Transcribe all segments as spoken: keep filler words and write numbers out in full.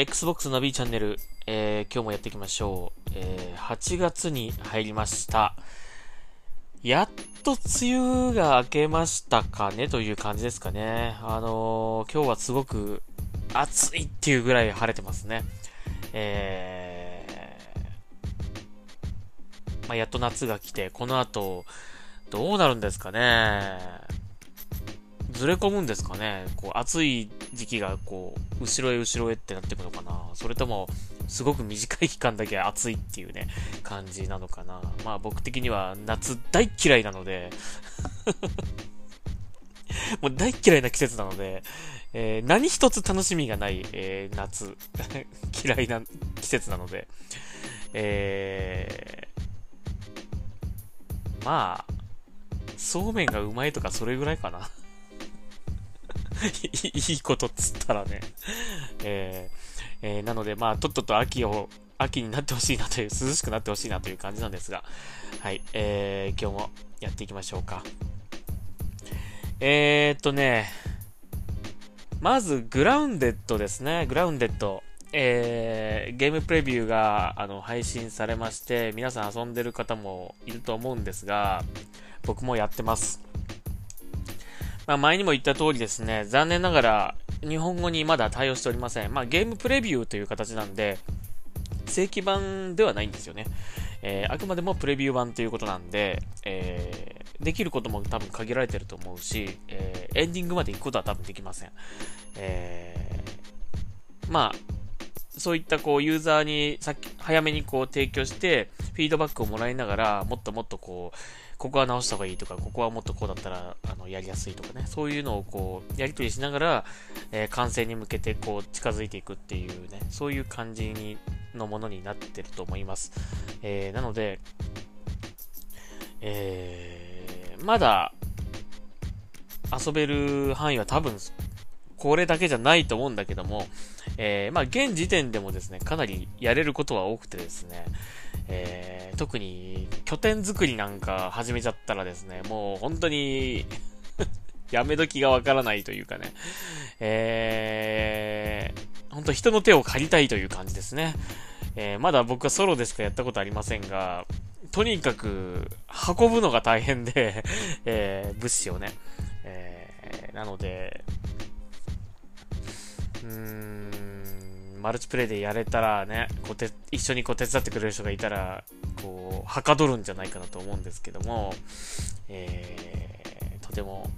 Xbox ナビチャンネル、えー、今日もやっていきましょう。えー、はちがつに入りました。やっと梅雨が明けましたかねという感じですかね。あのー、今日はすごく暑いっていうぐらい晴れてますね。えー、まあ、やっと夏が来て、この後、どうなるんですかね。ずれ込むんですかね。こう、暑い時期が、こう、後ろへ後ろへってなっていくのかな。それとも、すごく短い期間だけ暑いっていうね、感じなのかな。まあ僕的には夏大嫌いなので、もう大嫌いな季節なので、えー、何一つ楽しみがない、えー、夏。嫌いな季節なので、えー、まあ、そうめんがうまいとかそれぐらいかな。いいことっつったらね。えーえー、なので、まあ、とっとと秋を、秋になってほしいなという、涼しくなってほしいなという感じなんですが、はい、えー、今日もやっていきましょうか。えーっとね、まず、グラウンデッドですね。グラウンデッド。えー、ゲームプレビューが、あの、配信されまして、皆さん遊んでる方もいると思うんですが、僕もやってます。まあ、前にも言った通りですね、残念ながら日本語にまだ対応しておりません。まあ、ゲームプレビューという形なんで、正規版ではないんですよね。えー、あくまでもプレビュー版ということなんで、えー、できることも多分限られてると思うし、えー、エンディングまで行くことは多分できません。えー、まあ、そういったこうユーザーにさっき早めにこう提供してフィードバックをもらいながら、もっともっとこうここは直した方がいいとか、ここはもっとこうだったらあのやりやすいとかね、そういうのをこうやり取りしながら、えー、完成に向けてこう近づいていくっていうね、そういう感じにのものになってると思います。えー、なので、えー、まだ遊べる範囲は多分これだけじゃないと思うんだけども、えー、まあ現時点でもですね、かなりやれることは多くてですね、えー、特に拠点作りなんか始めちゃったらですね、もう本当にやめ時がわからないというかね、えー、本当人の手を借りたいという感じですね。えー、まだ僕はソロでしかやったことありませんが、とにかく運ぶのが大変で、えー、物資をね、えー、なので、うーん、マルチプレイでやれたらね、こうて一緒にこう手伝ってくれる人がいたら、こう、はかどるんじゃないかなと思うんですけども、えー、とても、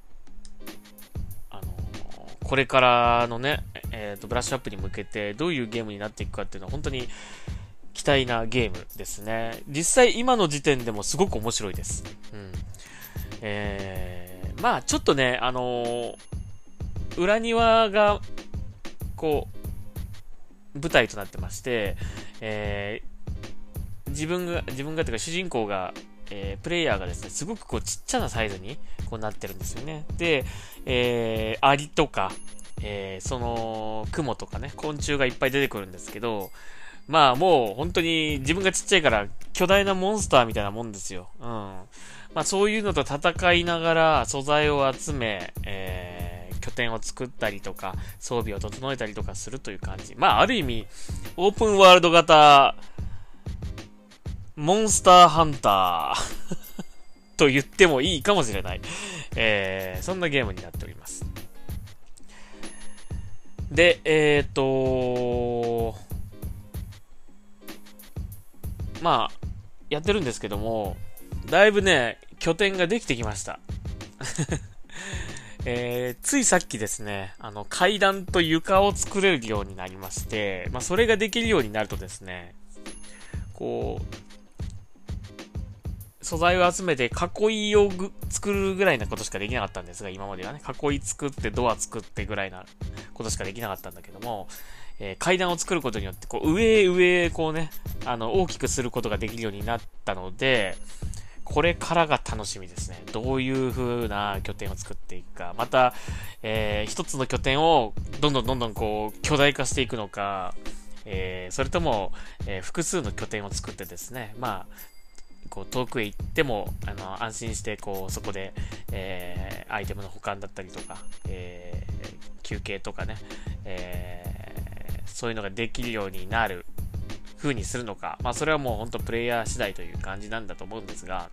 あのー、これからのね、えーと、ブラッシュアップに向けてどういうゲームになっていくかっていうのは本当に期待なゲームですね。実際今の時点でもすごく面白いです。うん。えー、まあちょっとね、あのー、裏庭が、こう、舞台となってまして、えー、自分が、自分がというか主人公が、えー、プレイヤーがですね、すごくこうちっちゃなサイズにこうなってるんですよね。で、えー、アリとか、えー、その、雲とかね、昆虫がいっぱい出てくるんですけど、まあもう本当に自分がちっちゃいから巨大なモンスターみたいなもんですよ。うん。まあそういうのと戦いながら素材を集め、えー、拠点を作ったりとか、装備を整えたりとかするという感じ。まあある意味、オープンワールド型、モンスターハンターと言ってもいいかもしれない。えー、そんなゲームになっております。で、えーとまあ、やってるんですけども、だいぶね、拠点ができてきました。えー、ついさっきですね、あの、階段と床を作れるようになりまして、まあ、それができるようになるとですね、こう、素材を集めて囲いを作るぐらいなことしかできなかったんですが、今まではね、囲い作ってドア作ってぐらいなことしかできなかったんだけども、えー、階段を作ることによって、こう、上へ上へこうね、あの、大きくすることができるようになったので、これからが楽しみですね。どういう風な拠点を作っていくか。また、えー、一つの拠点をどんどんどんどんこう、巨大化していくのか、えー、それとも、えー、複数の拠点を作ってですね、まあ、こう遠くへ行ってもあの安心してこうそこで、えー、アイテムの保管だったりとか、えー、休憩とかね、えー、 そういうのができるようになる風にするのか、まあそれはもう本当プレイヤー次第という感じなんだと思うんですが、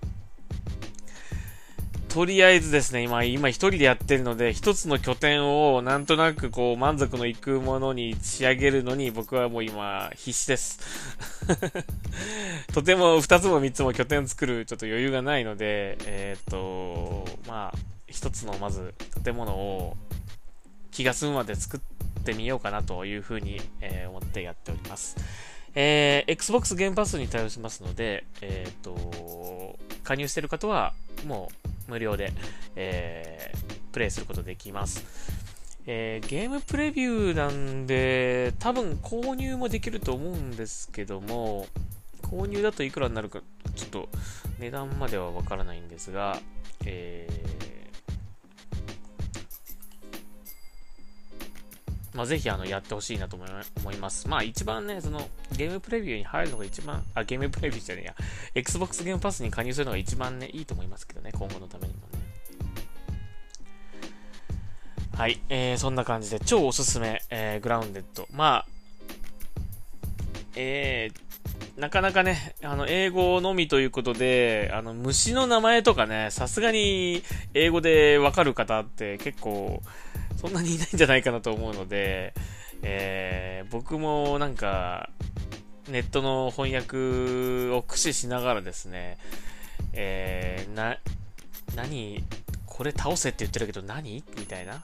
とりあえずですね、今、今一人でやってるので、一つの拠点をなんとなくこう満足のいくものに仕上げるのに僕はもう今必死です。とても二つも三つも拠点作るちょっと余裕がないので、えー、っと、まあ、一つのまず建物を気が済むまで作ってみようかなというふうに、えー、思ってやっております。えー、Xbox ゲームパスに対応しますので、えー、っと、加入している方はもう無料で、えー、プレイすることできます。えー、ゲームプレビューなんで、多分購入もできると思うんですけども、購入だといくらになるか、ちょっと値段まではわからないんですが、えー、まあ、ぜひあのやってほしいなと思います。まあ一番ね、そのゲームプレビューに入るのが一番、あ、ゲームプレビューじゃねえや、Xbox ゲームパスに加入するのが一番ね、いいと思いますけどね、今後のためにもね。はい、えー、そんな感じで超おすすめ、えー、グラウンデッド。まあ、えー、なかなかね、あの、英語のみということで、あの、虫の名前とかね、さすがに英語でわかる方って結構、そんなにいないんじゃないかなと思うので、えー、僕もなんか、ネットの翻訳を駆使しながらですね、えー、な、何これ倒せって言ってるけど何みたいな。うん、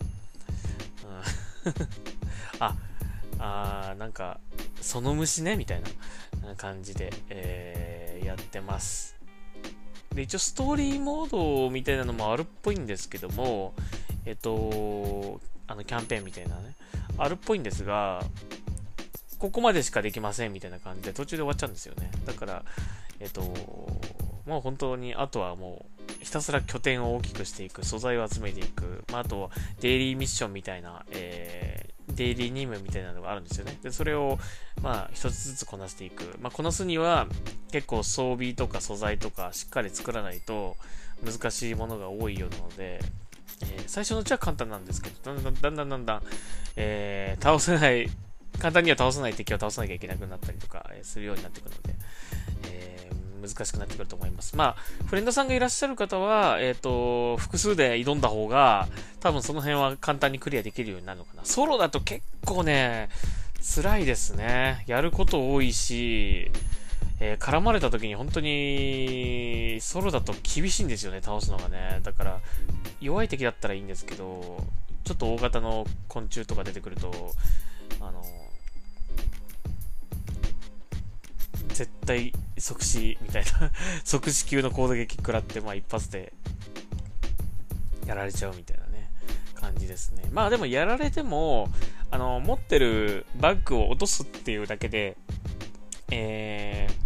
あ、あーなんか、その虫ねみたいな感じで、えー、やってます。で、一応ストーリーモードみたいなのもあるっぽいんですけども、えっと、あのキャンペーンみたいなね、あるっぽいんですが、ここまでしかできませんみたいな感じで途中で終わっちゃうんですよね。だから、えっと、もう本当に、あとはもう、ひたすら拠点を大きくしていく、素材を集めていく、まあ、あとは、デイリーミッションみたいな、えー、デイリー任務みたいなのがあるんですよね。で、それを、まあ、一つずつこなしていく。まあ、こなすには、結構装備とか素材とかしっかり作らないと、難しいものが多いようなので、えー、最初のうちは簡単なんですけど、だんだんだんだんだんだん、えー、倒せない、簡単には倒せない敵を倒さなきゃいけなくなったりとか、えー、するようになってくるので、えー、難しくなってくると思います。まあ、フレンドさんがいらっしゃる方は、えっと、複数で挑んだ方が、多分その辺は簡単にクリアできるようになるのかな。ソロだと結構ね、辛いですね。やること多いし、えー、絡まれた時に本当に、ソロだと厳しいんですよね、倒すのがね。だから、弱い敵だったらいいんですけど、ちょっと大型の昆虫とか出てくると、あの、絶対即死みたいな即死級の攻撃食らって、まあ一発でやられちゃうみたいなね、感じですね。まあでもやられても、あの、持ってるバッグを落とすっていうだけで、えー、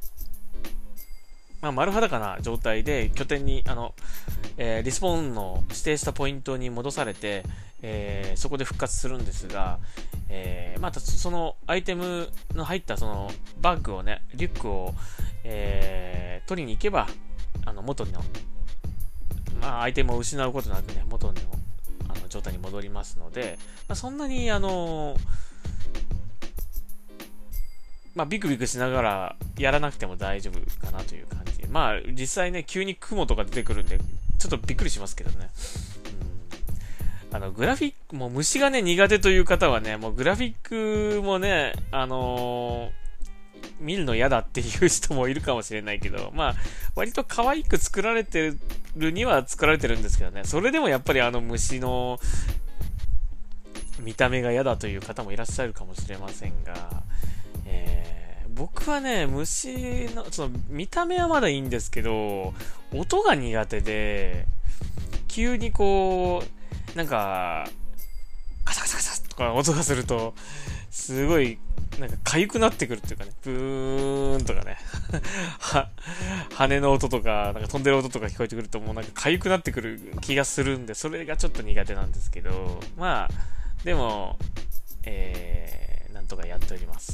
まあ丸裸な状態で拠点に、あの、えー、リスポーンの指定したポイントに戻されて、えー、そこで復活するんですが、えー、またそのアイテムの入ったそのバッグをね、リュックを、えー、取りに行けば、あの元の、まあ、アイテムを失うことなくね、元のあの状態に戻りますので、まあ、そんなにあのまあ、ビクビクしながらやらなくても大丈夫かなという感じ。まあ、実際ね、急に雲とか出てくるんで、ちょっとびっくりしますけどね。うん、あの、グラフィック、もう虫がね、苦手という方はね、もうグラフィックもね、あのー、見るの嫌だっていう人もいるかもしれないけど、まあ、割と可愛く作られてるには作られてるんですけどね、それでもやっぱりあの虫の見た目が嫌だという方もいらっしゃるかもしれませんが、えー、僕はね、虫の、その、見た目はまだいいんですけど、音が苦手で、急にこう、なんか、カサカサカサとか音がすると、すごい、なんか痒くなってくるっていうかね、ブーンとかね、は、羽の音とか、なんか飛んでる音とか聞こえてくるともうなんか痒くなってくる気がするんで、それがちょっと苦手なんですけど、まあ、でも、えー、なんとかやっております。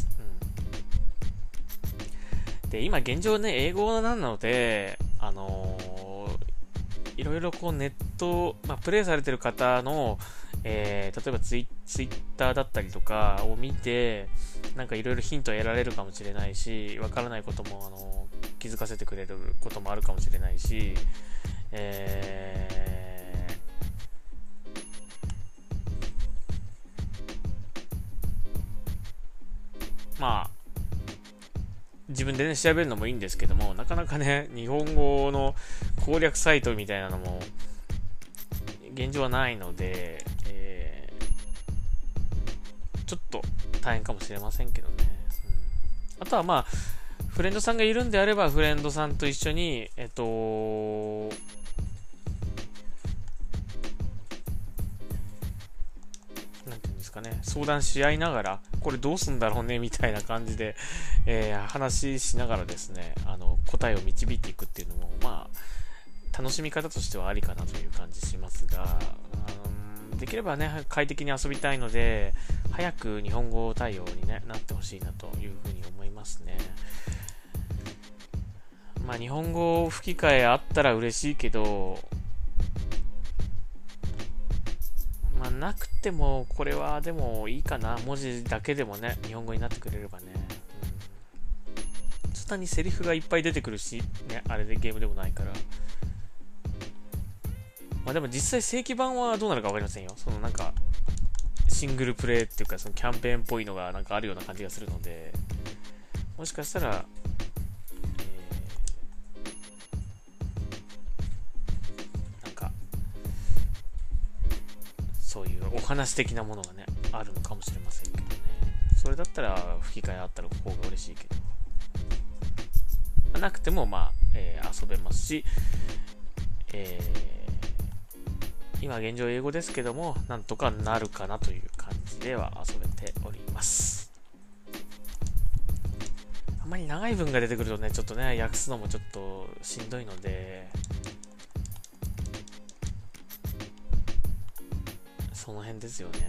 うん、で、今現状ね、英語なので、あのー、いろいろこうネット、まあ、プレイされてる方の、 えー、例えばツイツイッターだったりとかを見て、なんかいろいろヒントを得られるかもしれないし、わからないことも、あの、気づかせてくれることもあるかもしれないし、えー、まあ、自分でね、調べるのもいいんですけども、なかなかね、日本語の攻略サイトみたいなのも、現状はないので、えー、ちょっと大変かもしれませんけどね。うん、あとはまあ、フレンドさんがいるんであれば、フレンドさんと一緒に、えっと、なんていうんですかね、相談し合いながら、これどうすんだろうね、みたいな感じで、えー、話しながらですね、あの、答えを導いていくっていうのも、まあ、楽しみ方としてはありかなという感じしますが、うん、できればね、快適に遊びたいので、早く日本語対応に、ね、なってほしいなというふうに思いますね。まあ、日本語吹き替えあったら嬉しいけど、まあ、なくても、これはでもいいかな。文字だけでもね、日本語になってくれればね。うん、そんなにセリフがいっぱい出てくるし、ね、あれでゲームでもないから。まあでも実際正規版はどうなるかわかりませんよ。そのなんか、シングルプレイっていうか、そのキャンペーンっぽいのがなんかあるような感じがするので、もしかしたら、えー、なんか、そういうお話的なものがね、あるのかもしれませんけどね。それだったら吹き替えあったら方が嬉しいけど。なくても、まあ、えー、遊べますし、えー今現状英語ですけども、なんとかなるかなという感じでは遊べております。あんまり長い文が出てくるとね、ちょっとね、訳すのもちょっとしんどいので、その辺ですよね。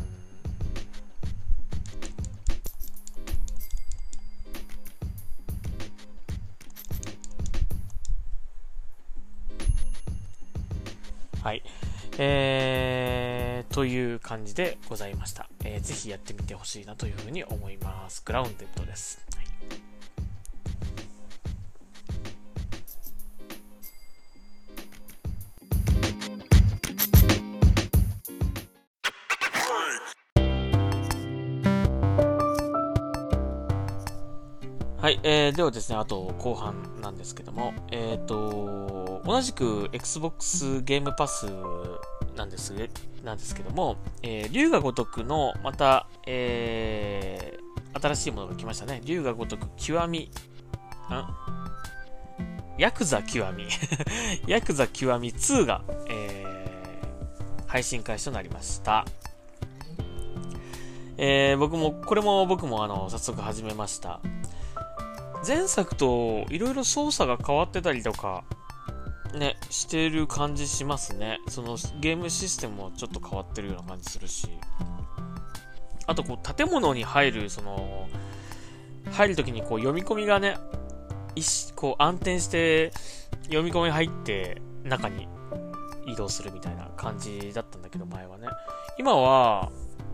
うん、はい。えー、という感じでございました。えー、ぜひやってみてほしいなというふうに思います。グラウンデッドです。はい、はい、えー、ではですね、あと後半なんですけども、えっと、同じく Xbox ゲームパスなんです、なんですけども、えー、龍が如くの、また、えー、新しいものが来ましたね。龍が如く極み、んヤクザ極み。ヤクザ極みツーが、えー、配信開始となりました。えー、僕も、これも僕もあの、早速始めました。前作といろいろ操作が変わってたりとか、ね、してる感じしますね。そのゲームシステムもちょっと変わってるような感じするし。あとこう建物に入る、その、入るときにこう読み込みがね、こう暗転して読み込み入って中に移動するみたいな感じだったんだけど、前はね。今は、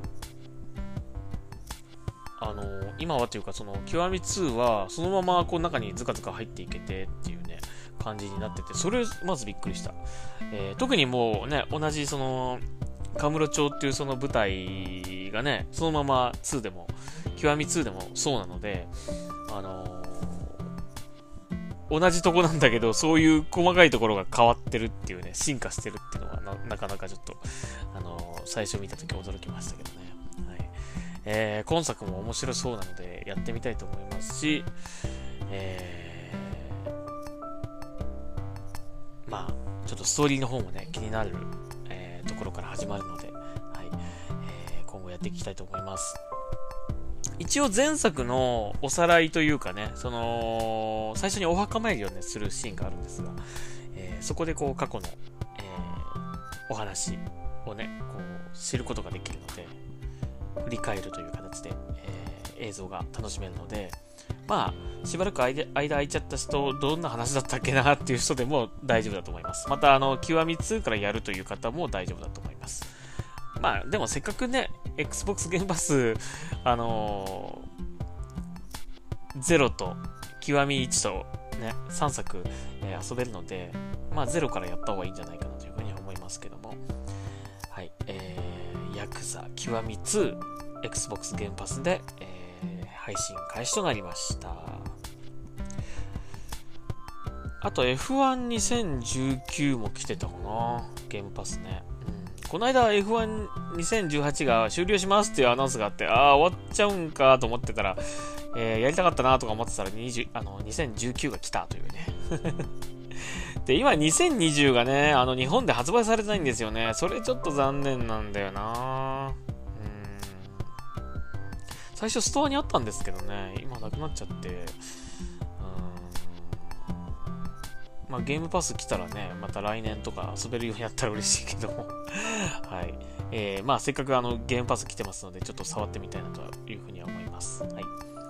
あのー、今はというかその極みツーはそのままこう中にズカズカ入っていけてっていうね感じになってて、それまずびっくりした。えー、特にもうね、同じそのカムロ町っていうその舞台がね、そのままツーでも極みツーでもそうなので、あのー、同じとこなんだけどそういう細かいところが変わってるっていうね、進化してるっていうのが な, なかなかちょっと、あのー、最初見た時驚きましたけどね。えー、今作も面白そうなのでやってみたいと思いますし、えー、まあちょっとストーリーの方もね気になる、えー、ところから始まるので、はい、えー、今後やっていきたいと思います。一応前作のおさらいというかね、その最初にお墓参りをねするシーンがあるんですが、えー、そこでこう過去の、えー、お話をねこう知ることができるので、振り返るという形で、えー、映像が楽しめるので、まあしばらく間空いちゃった人、どんな話だったっけなっていう人でも大丈夫だと思います。またあの極みツーからやるという方も大丈夫だと思います。 まあ、でもせっかくね、Xbox ゲームパス、あのー、ゼロと、極みいちと、ね、さんさく、えー、遊べるので、まあ、ゼロからやった方がいいんじゃないかなというふうに思いますけども。はい、えー、ヤクザ極みツー、Xbox ゲームパスで、えー、配信開始となりました。あと エフワンにせんじゅうきゅう も来てたかな、ゲームパスね。うん、この間 エフワンにせんじゅうはち が終了しますっていうアナウンスがあって、ああ、終わっちゃうんかと思ってたら、えー、やりたかったなとか思ってたらにじゅうあのにせんじゅうきゅうが来たというね。で、今にせんにじゅうがね、あの日本で発売されてないんですよね。それちょっと残念なんだよな。うん。最初ストアにあったんですけどね、今なくなっちゃって。うん。まあゲームパス来たらね、また来年とか遊べるようになったら嬉しいけども。はい。えー、まあせっかくあのゲームパス来てますので、ちょっと触ってみたいなというふうには思います。はい。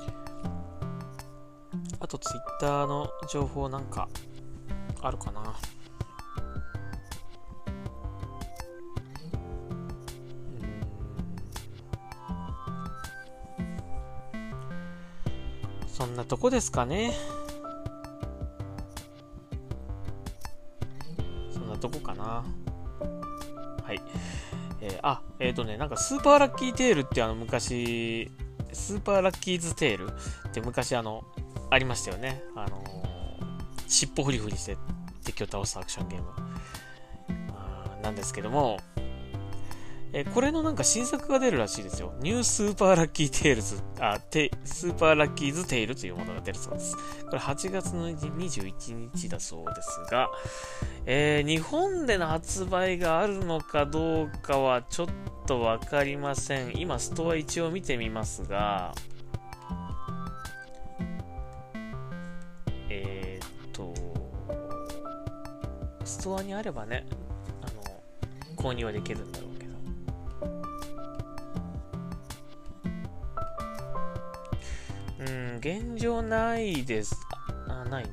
あとツイッターの情報なんかあるかな。そんなとこですかね。そんなとこかな。はい。えー、あ、えっ、ー、とね、なんかスーパーラッキーテールってあの昔、スーパーラッキーズテールって昔あの、ありましたよね。あのー、尻尾フリフリして敵を倒すアクションゲームなんですけども、えー、これのなんか新作が出るらしいですよ。ニュースーパーラッキーテールズ、あ、テスーパーラッキーズテールというものが出るそうです。これはちがつのにじゅういちにちだそうですが、えー、日本での発売があるのかどうかはちょっとわかりません。今ストア一応見てみますが、えー、っと、ストアにあればね、あの、購入はできるんだろうけど。うん、現状ないです。あ、ないね。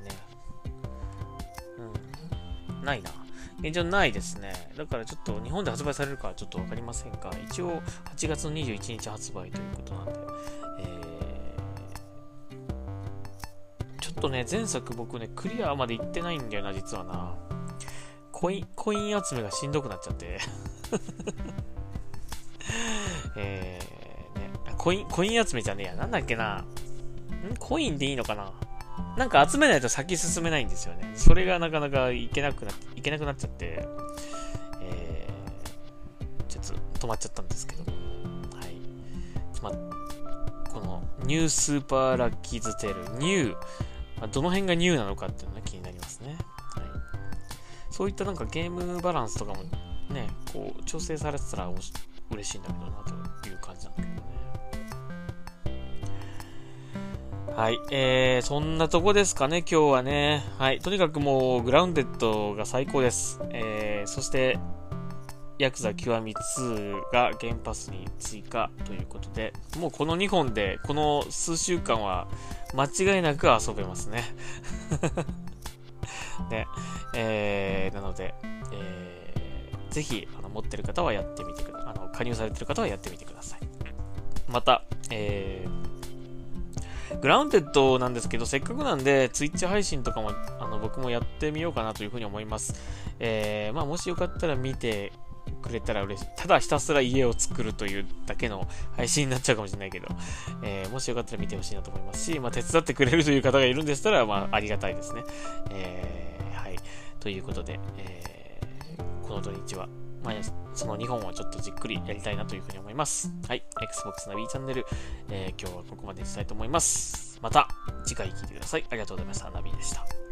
うん、ないな。現状ないですね。だからちょっと日本で発売されるかはちょっとわかりませんが、一応はちがつのにじゅういちにち発売ということなんで、えー、ちょっとね、前作僕ね、クリアまで行ってないんだよな、実はな。コイン、コイン集めがしんどくなっちゃって。えー、ね、コイン、コイン集めじゃねえや。なんだっけな。んコインでいいのかな。なんか集めないと先進めないんですよね。それがなかなかいけなくなっ、いけなくなっちゃって、えー、ちょっと止まっちゃったんですけど。はい。ま、この、ニュースーパーラッキーズテール、ニュー、まあ、どの辺がニューなのかっていうのが気になりますね。はい。そういったなんかゲームバランスとかもね、こう、調整されてたら嬉しいんだけどなという感じなんだけどね。はい、えー、そんなとこですかね、今日はね。はい、とにかくもう、グラウンデッドが最高です。えー、そして、ヤクザ極みツーがゲームパスに追加ということで、もうこのにほんで、この数週間は、間違いなく遊べますね。ね、えー、なので、えー、ぜひ、あの、持ってる方はやってみてください。あの、加入されてる方はやってみてください。また、えー、グラウンデッドなんですけど、せっかくなんで、ツイッチ配信とかも、あの、僕もやってみようかなというふうに思います。えー、まあ、もしよかったら見てくれたら嬉しい。ただひたすら家を作るというだけの配信になっちゃうかもしれないけど、えー、もしよかったら見てほしいなと思いますし、まあ、手伝ってくれるという方がいるんでしたら、まあ、ありがたいですね。えー、はい。ということで、えー、この土日は、まあ、そのにほんをちょっとじっくりやりたいなというふうに思います。はい。Xbox ナビチャンネル、えー、今日はここまでにしたいと思います。また次回聞いてください。ありがとうございました。ナビでした。